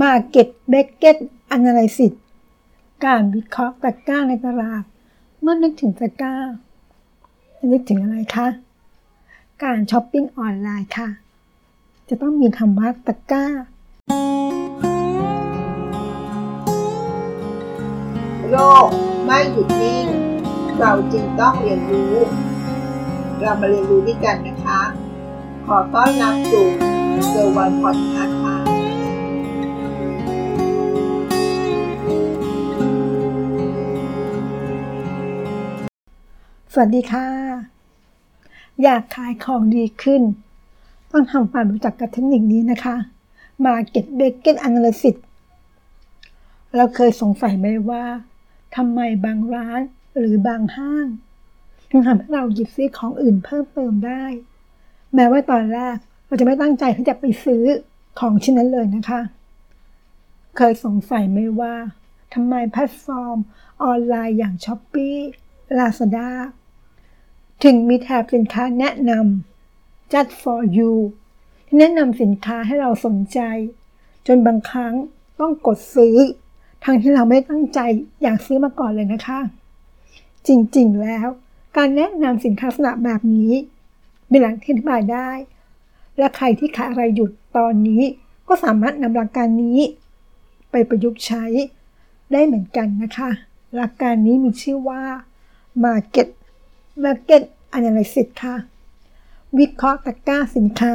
Market Basket Analysis การวิเคราะห์ตะกร้าในตลาดเมื่อนึกถึงตะกร้านึกถึงอะไรคะการช้อปปิ้งออนไลน์ค่ะจะต้องมีคำว่าตะกร้าโลกไม่หยุดนิ่งเราจึงต้องเรียนรู้เรามาเรียนรู้ด้วยกันนะคะขอต้อนรับสู่เซอร์วันพอดคาสต์ค่ะสวัสดีค่ะอยากขายของดีขึ้นต้องทำความรู้จักกับเทคนิคนี้นะคะ Market Basket Analysis เราเคยสงสัยไหมว่าทำไมบางร้านหรือบางห้างถึงทำให้เราหยิบซื้อของอื่นเพิ่มเติมได้แม้ว่าตอนแรกเราจะไม่ตั้งใจที่จะไปซื้อของชิ้นนั้นเลยนะคะเคยสงสัยไหมว่าทำไมแพลตฟอร์มออนไลน์อย่าง Shopee Lazada ถึงมีแถบสินค้าแนะนำ Just for you ที่แนะนำสินค้าให้เราสนใจจนบางครั้งต้องกดซื้อทั้งที่เราไม่ตั้งใจอยากซื้อมาก่อนเลยนะคะจริงๆแล้วการแนะนำสินค้าลักษณะแบบนี้มีหลักที่อธิบายได้และใครที่ขายอะไรอยู่ตอนนี้ก็สามารถนำหลักการนี้ไปประยุกต์ใช้ได้เหมือนกันนะคะหลักการนี้มีชื่อว่า Market Analysis ค่ะวิเคราะห์ตะกร้าสินค้า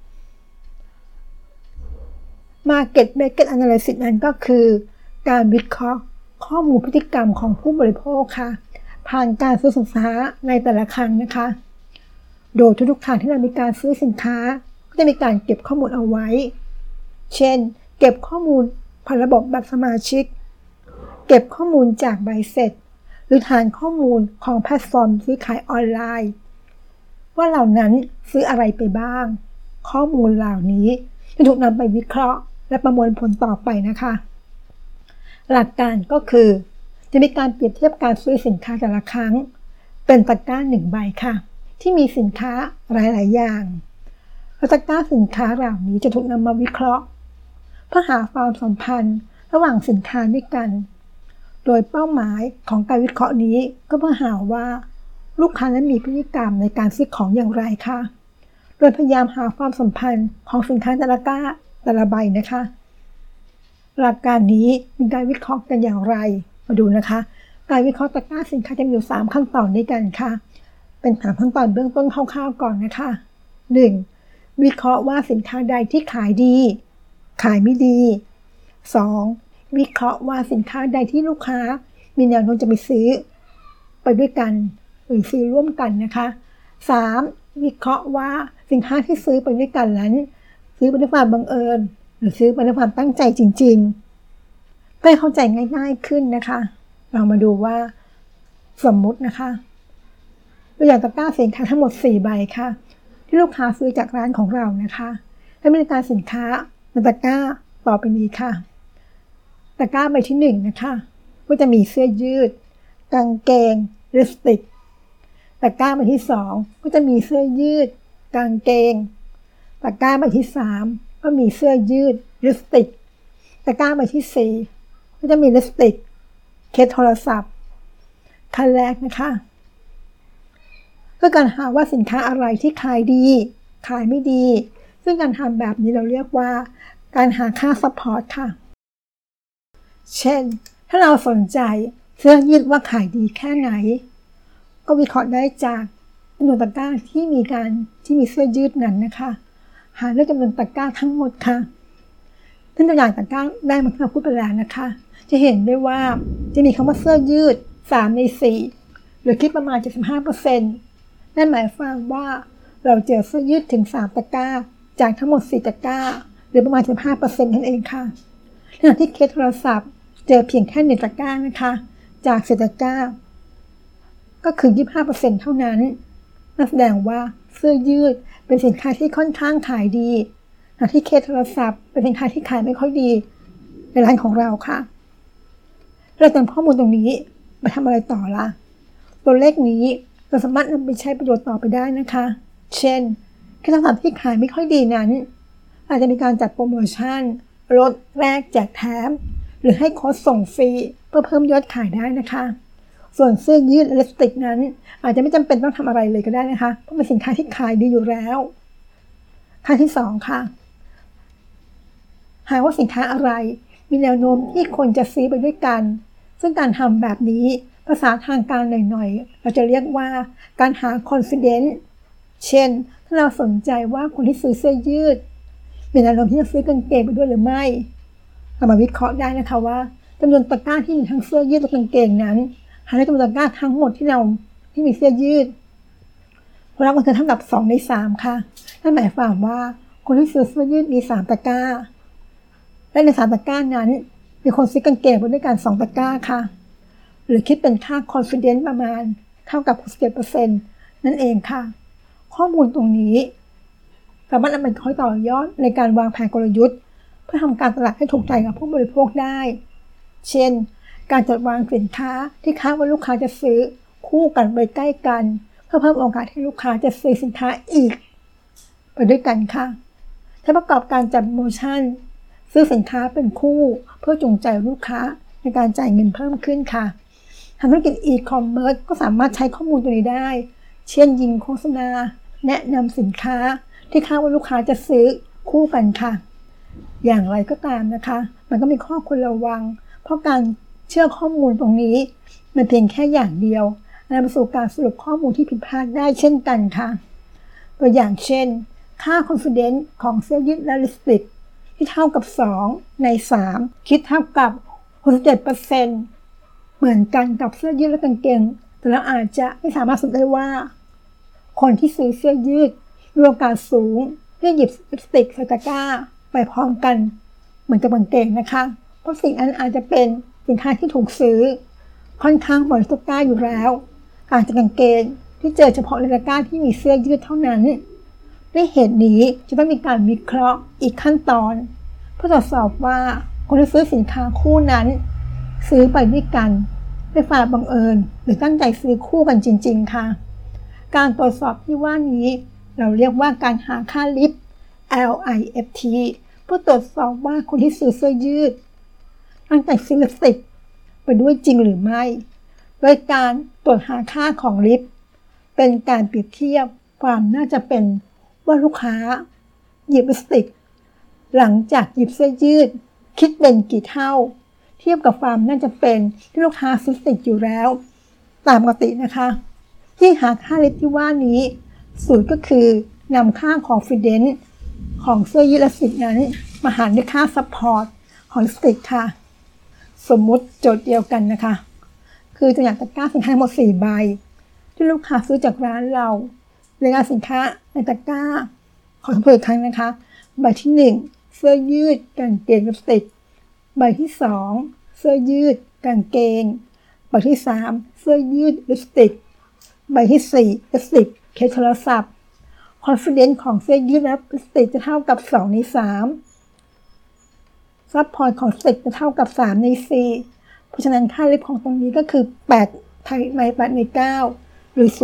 Market Basket Analysis นั้นก็คือการวิเคราะห์ข้อมูลพฤติกรรมของผู้บริโภคค่ะผ่านการซื้อสินค้าในแต่ละครั้งนะคะโดยทุกๆครั้งที่เรามีการซื้อสินค้าก็จะมีการเก็บข้อมูลเอาไว้เช่นเก็บข้อมูลผ่านระบบบัตรสมาชิกเก็บข้อมูลจากใบเสร็จหรือฐานข้อมูลของแพลตฟอร์มซื้อขายออนไลน์ว่าเหล่านั้นซื้ออะไรไปบ้างข้อมูลเหล่านี้จะถูกนำไปวิเคราะห์และประมวลผลต่อไปนะคะหลักการก็คือจะมีการเปรียบเทียบการซื้อสินค้าแต่ละครั้งเป็นตะกร้า1ใบค่ะที่มีสินค้าหลายๆอย่างและตะกร้าสินค้าเหล่านี้จะถูกนำมาวิเคราะห์เพื่อหาความสัมพันธ์ระหว่างสินค้าด้วยกันโดยเป้าหมายของการวิเคราะห์นี้ก็เพื่อหาว่าลูกค้านั้นมีพฤติกรรมในการซื้อของอย่างไรค่ะโดยพยายามหาความสัมพันธ์ของสินค้าแต่ละตะกร้าแต่ละใบนะคะหลักการนี้มีการวิเคราะห์กันอย่างไรมาดูนะคะการวิเคราะห์ตะกร้าสินค้าจะมีอยู่3ขั้นตอนด้วยกันค่ะเป็น3ขั้นตอนเบื้องต้นคร่าวๆก่อนนะคะ 1. วิเคราะห์ว่าสินค้าใดที่ขายดีขายไม่ดี 2. วิเคราะห์ว่าสินค้าใดที่ลูกค้ามีแนวโน้มจะไปซื้อไปด้วยกันหรือซื้อร่วมกันนะคะ 3. วิเคราะห์ว่าสินค้าที่ซื้อไปด้วยกันนั้นซื้อไปด้วยความบังเอิญหรือซื้อไปด้วยความตั้งใจจริงๆเพื่อเข้าใจง่ายๆขึ้นนะคะเรามาดูว่าสมมุตินะคะตัวอย่างตะกร้าสินค้าทั้งหมด4ใบค่ะที่ลูกค้าซื้อจากร้านของเรานะคะและบริการสินค้าในตะกร้าต่อไปนี้ค่ะตะกร้าใบที่1นะคะก็จะมีเสื้อยืดกางเกงลิปสติกตะกร้าใบที่2ก็จะมีเสื้อยืดกางเกงตะกร้าใบที่3ก็มีเสื้อยืดลิปสติกตะกร้าใบที่4ก็จะมีลิปสติกเคสโทรศัพท์ขั้นแรกนะคะก็การหาว่าสินค้าอะไรที่ขายดีขายไม่ดีซึ่งการทำแบบนี้เราเรียกว่าการหาค่าซัพพอร์ตค่ะเช่นถ้าเราสนใจเสื้อยืดว่าขายดีแค่ไหนก็วิเคราะห์ได้จากจำนวนตะกร้าที่มีเสื้อยืดนั้นนะคะหาด้วยจำนวนตะกร้าทั้งหมดค่ะซึ่งตัวอย่างตะกร้าได้มาที่เราพูดไปแล้วนะคะจะเห็นได้ว่าจะมีคำว่าเสื้อยืด3 ใน 4หรือคิดประมาณ 75%นั่นหมายความว่าเราเจอเสื้อยืดถึง3ตะกร้าจากทั้งหมด4ตะกร้าหรือประมาณ 15% นั่นเองค่ะขณะที่เคสโทรศัพท์เจอเพียงแค่1ตะกร้านะคะจาก4ตะกร้าก็คือ 25% เท่านั้นนั่นแสดงว่าเสื้อยืดเป็นสินค้าที่ค่อนข้างขายดีขณะที่เคสโทรศัพท์เป็นสินค้าที่ขายไม่ค่อยดีในร้านของเราค่ะเรานำข้อมูลตรงนี้มาทำอะไรต่อล่ะตัวเลขนี้เราสามารถนำไปใช้ประโยชน์ต่อไปได้นะคะเช่นเคสโทรศัพท์ที่ขายไม่ค่อยดีนั้นอาจจะมีการจัดโปรโมชั่นลดแลกแจกแถมหรือให้โค้ดส่งฟรีเพื่อเพิ่มยอดขายได้นะคะส่วนเสื้อยืดและลิปสติกนั้นอาจจะไม่จำเป็นต้องทำอะไรเลยก็ได้นะคะเพราะเป็นสินค้าที่ขายดีอยู่แล้วขั้นที่2ค่ะหากว่าสินค้าอะไรมีแนวโน้มที่คนจะซื้อไปด้วยกันซึ่งการทำแบบนี้ภาษาทางการหน่อยๆเราจะเรียกว่าการหา confidence เช่นถ้าเราสนใจว่าคนที่ซื้อเสื้อยืดมีแนวโน้มที่จะซื้อกางเกงไปด้วยหรือไม่เรามาวิเคราะห์ได้นะคะว่าจำนวนตะกร้าที่มีทั้งเสื้อยืดและกางเกงนั้นหารด้วยจำนวนตะกร้าทั้งหมดที่มีเสื้อยืดผลลัพธ์มันคือเท่ากับ2 ใน 3ค่ะนั่นหมายความว่าคนที่ซื้อเสื้อยืดมี3ตะกร้าและใน3ตะกร้านั้นมีคนซื้อกางเกงไปด้วยกัน2ตะกร้าค่ะหรือคิดเป็นค่า confidence ประมาณเท่ากับ 67% นั่นเองค่ะข้อมูลตรงนี้สามารถนำไปต่อยอดในการวางแผนกลยุทธ์เพื่อทำการตลาดให้ถูกใจกับผู้บริโภคได้เช่นการจัดวางสินค้าที่คาดว่าลูกค้าจะซื้อคู่กันไปใกล้กันเพื่อเพิ่มโอกาสให้ลูกค้าจะซื้อสินค้าอีกไปด้วยกันค่ะใช้ประกอบการจัดโปรโมชั่นซื้อสินค้าเป็นคู่เพื่อจูงใจลูกค้าในการจ่ายเงินเพิ่มขึ้นค่ะทำธุรกิจอีคอมเมิร์ซก็สามารถใช้ข้อมูลตัวนี้ได้เช่นยิงโฆษณาแนะนำสินค้าที่คาดว่าลูกค้าจะซื้อคู่กันค่ะอย่างไรก็ตามนะคะมันก็มีข้อควรระวังเพราะการเชื่อข้อมูลตรงนี้มันเพียงแค่อย่างเดียวนำไปสู่การสรุปข้อมูลที่ผิดพลาดได้เช่นกันค่ะตัวอย่างเช่นค่า confidence ของเสื้อยืดและลิปสติกที่เท่ากับ2 ใน 3คิดเท่ากับ 67% เหมือนกันกับเสื้อยืดและกางเกงแต่เราอาจจะไม่สามารถสรุปได้ว่าคนที่ซื้อเสื้อยืดมีโอกาสสูงที่จะหยิบลิปสติกใส่ตะกร้าไปพร้อมกันเหมือนกับกางเกงนะคะเพราะสิ่งนั้นอาจจะเป็นสินค้าที่ถูกซื้อค่อนข้างบ่อยตะกร้าอยู่แล้วต่างจากกางเกงที่เจอเฉพาะในตะกร้าที่มีเสื้อยืดเท่านั้นด้วยเหตุนี้จะต้องมีการวิเคราะห์อีกขั้นตอนเพื่อตรวจสอบว่าคนที่ซื้อสินค้าคู่นั้นซื้อไปด้วยกันด้วยฝ่ายบังเอิญหรือตั้งใจซื้อคู่กันจริงๆค่ะการตรวจสอบที่ว่านี้เราเรียกว่าการหาค่าลิฟต์ LIFT เพื่อตรวจสอบว่าคนที่ซื้อเสื้อยืดตั้งใจซื้อลิปสติกไปด้วยจริงหรือไม่โดยการตรวจหาค่าของลิฟต์เป็นการเปรียบเทียบความน่าจะเป็นว่าลูกค้าหยิบลิปสติกหลังจากหยิบเสื้อยืดคิดเป็นกี่เท่าเทียบกับความน่าจะเป็นที่ลูกค้าซื้อลิปสติกอยู่แล้วตามปกตินะคะที่หาค่าลิฟต์ที่ว่านี้สูตรก็คือนำค่า confidence ของเสื้อยืดและลิปสติกนั้นมาหารด้วยค่า support ของลิปสติกค่ะสมมุติโจทย์เดียวกันนะคะคือตัวอย่างตะกร้าสินค้าทั้งหมด4 ใบที่ลูกค้าซื้อจากร้านเรารายการสินค้าในตะกร้าขอทบทวนอีกครั้งนะคะใบที่1เสื้อยืดกางเกงลิปสติกใบที่2เสื้อยืดกางเกงใบที่3เสื้อยืดลิปสติกใบที่4ลิปสติกเคสโทรศัพท์ confidence ของเสื้อยืดและลิปสติกจะเท่ากับ2 ใน 3ซัพพอร์ตของลิปสติกจะเท่ากับ3 ใน 4เพราะฉะนั้นค่าลิฟต์ของตรงนี้ก็คือ8 ใน 8 ใน 9หรือ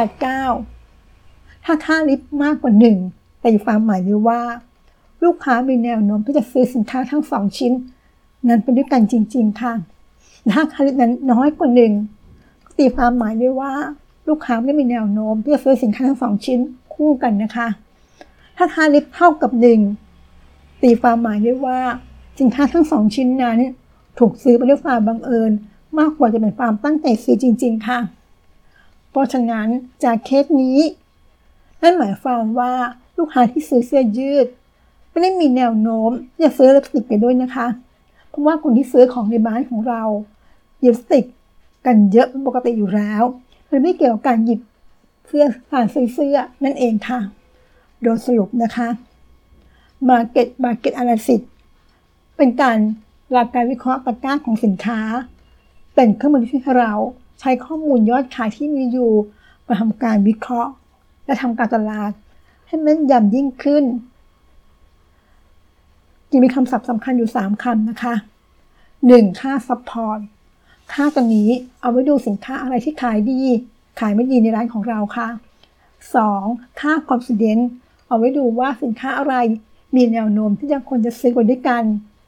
0.89 ถ้าค่าลิฟต์มากกว่า1แต่ความหมายคือว่าลูกค้ามีแนวโน้มที่จะซื้อสินค้าทั้ง2ชิ้นนั้นเป็นด้วยกันจริงๆค่ะถ้าค่าลิฟต์นั้นน้อยกว่า1ตีความหมายได้ว่าลูกค้าไม่มีแนวโน้มที่จะซื้อสินค้าทั้ง2ชิ้นคู่กันนะคะถ้าค่าลิฟต์เท่ากับ1ตีความหมายได้ว่าสินค้าทั้ง2ชิ้นนั้นถูกซื้อไปด้วยความบังเอิญมากกว่าจะเป็นความตั้งใจซื้อจริงๆค่ะเพราะฉะนั้นจากเคสนี้นั่นหมายความว่าลูกค้าที่ซื้อเสื้อยืดไม่ได้มีแนวโน้มที่จะซื้อลิปสติกไปด้วยนะคะเพราะว่าคนที่ซื้อของในบ้านของเราหยิบลิปสติกกันเยอะเป็นปกติอยู่แล้วมันไม่เกี่ยวกับการหยิบเสื้อการซื้อเสื้อนั่นเองค่ะโดยสรุปนะคะ Market Analysis เป็นการวิเคราะห์ตะกร้าของสินค้าเป็นเครื่องมือที่ให้เราใช้ข้อมูลยอดขายที่มีอยู่มาทำการวิเคราะห์และทำการตลาดให้แม่นยำยิ่งขึ้นยังมีคำศัพท์สำคัญอยู่3 คำนะคะ 1. ค่า support ค่าตัวนี้เอาไว้ดูสินค้าอะไรที่ขายดีขายไม่ดีในร้านของเราค่ะ 2. ค่า confidence เอาไว้ดูว่าสินค้าอะไรมีแนวโน้มที่คนจะซื้อไปด้วยกัน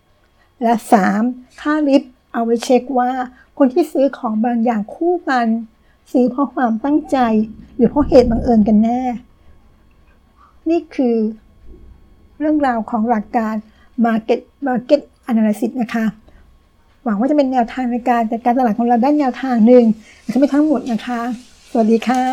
และ 3. ค่าลิฟต์เอาไว้เช็คว่าคนที่ซื้อของบางอย่างคู่กันซื้อเพราะความตั้งใจหรือเพราะเหตุบังเอิญกันแน่นี่คือเรื่องราวของหลักการ Market Analysis นะคะหวังว่าจะเป็นแนวทางในการจัดการตลาดของเราได้แนวทางหนึ่งแต่ไม่ทั้งหมดนะคะสวัสดีค่ะ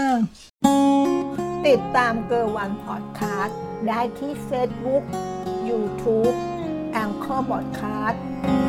ติดตามเกอร์วันพอดคาสต์ได้ที่ Facebook YouTube Anchor Podcast